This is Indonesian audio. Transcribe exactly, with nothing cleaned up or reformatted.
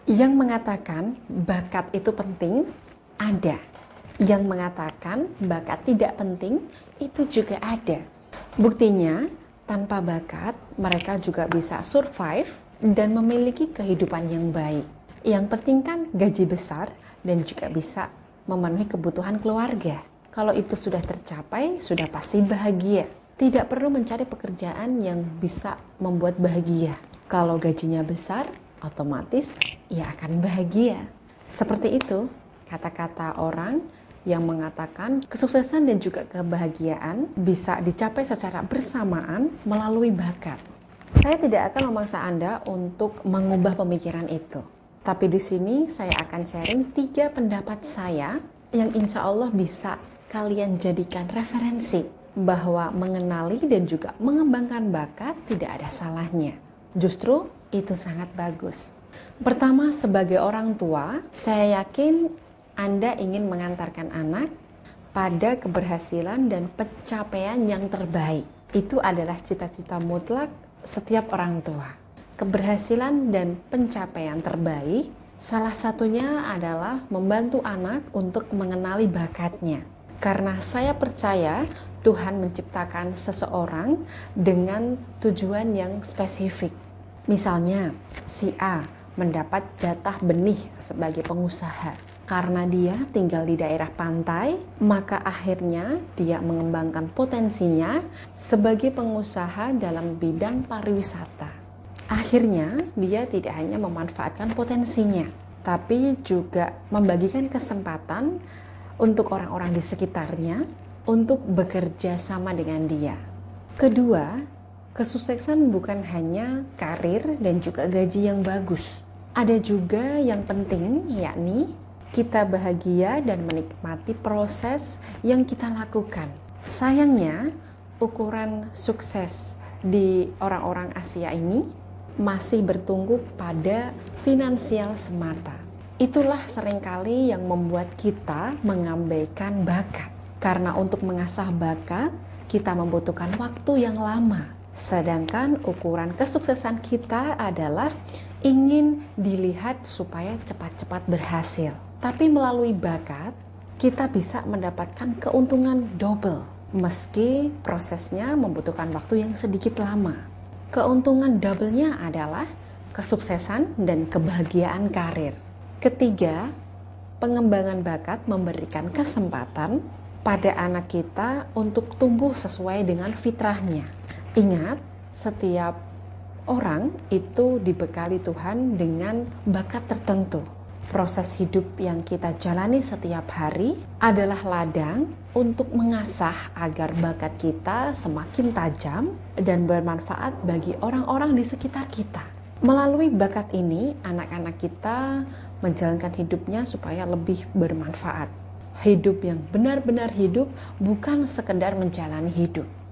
Yang mengatakan bakat itu penting, ada. Yang mengatakan bakat tidak penting, itu juga ada. Buktinya, tanpa bakat, mereka juga bisa survive dan memiliki kehidupan yang baik. Yang penting kan gaji besar dan juga bisa memenuhi kebutuhan keluarga. Kalau itu sudah tercapai, sudah pasti bahagia. Tidak perlu mencari pekerjaan yang bisa membuat bahagia. Kalau gajinya besar, otomatis ia akan bahagia. Seperti itu kata-kata orang yang mengatakan kesuksesan dan juga kebahagiaan bisa dicapai secara bersamaan melalui bakat. Saya tidak akan memaksa Anda untuk mengubah pemikiran itu. Tapi di sini saya akan sharing tiga pendapat saya yang insya Allah bisa kalian jadikan referensi bahwa mengenali dan juga mengembangkan bakat tidak ada salahnya. Justru itu sangat bagus. Pertama, sebagai orang tua, saya yakin Anda ingin mengantarkan anak pada keberhasilan dan pencapaian yang terbaik. Itu adalah cita-cita mutlak setiap orang tua. Keberhasilan dan pencapaian terbaik, salah satunya adalah membantu anak untuk mengenali bakatnya. Karena saya percaya Tuhan menciptakan seseorang dengan tujuan yang spesifik. Misalnya, si A mendapat jatah benih sebagai pengusaha. Karena dia tinggal di daerah pantai, maka akhirnya dia mengembangkan potensinya sebagai pengusaha dalam bidang pariwisata. Akhirnya, dia tidak hanya memanfaatkan potensinya, tapi juga membagikan kesempatan untuk orang-orang di sekitarnya untuk bekerja sama dengan dia. Kedua, kesuksesan bukan hanya karir dan juga gaji yang bagus. Ada juga yang penting, yakni kita bahagia dan menikmati proses yang kita lakukan. Sayangnya, ukuran sukses di orang-orang Asia ini masih bertumbuh pada finansial semata. Itulah seringkali yang membuat kita mengabaikan bakat. Karena untuk mengasah bakat, kita membutuhkan waktu yang lama. Sedangkan ukuran kesuksesan kita adalah ingin dilihat supaya cepat-cepat berhasil. Tapi melalui bakat, kita bisa mendapatkan keuntungan double. Meski prosesnya membutuhkan waktu yang sedikit lama. Keuntungan double-nya adalah kesuksesan dan kebahagiaan karir. Ketiga, pengembangan bakat memberikan kesempatan pada anak kita untuk tumbuh sesuai dengan fitrahnya. Ingat, setiap orang itu dibekali Tuhan dengan bakat tertentu. Proses hidup yang kita jalani setiap hari adalah ladang untuk mengasah agar bakat kita semakin tajam dan bermanfaat bagi orang-orang di sekitar kita. Melalui bakat ini, anak-anak kita menjalankan hidupnya supaya lebih bermanfaat. Hidup yang benar-benar hidup bukan sekedar menjalani hidup.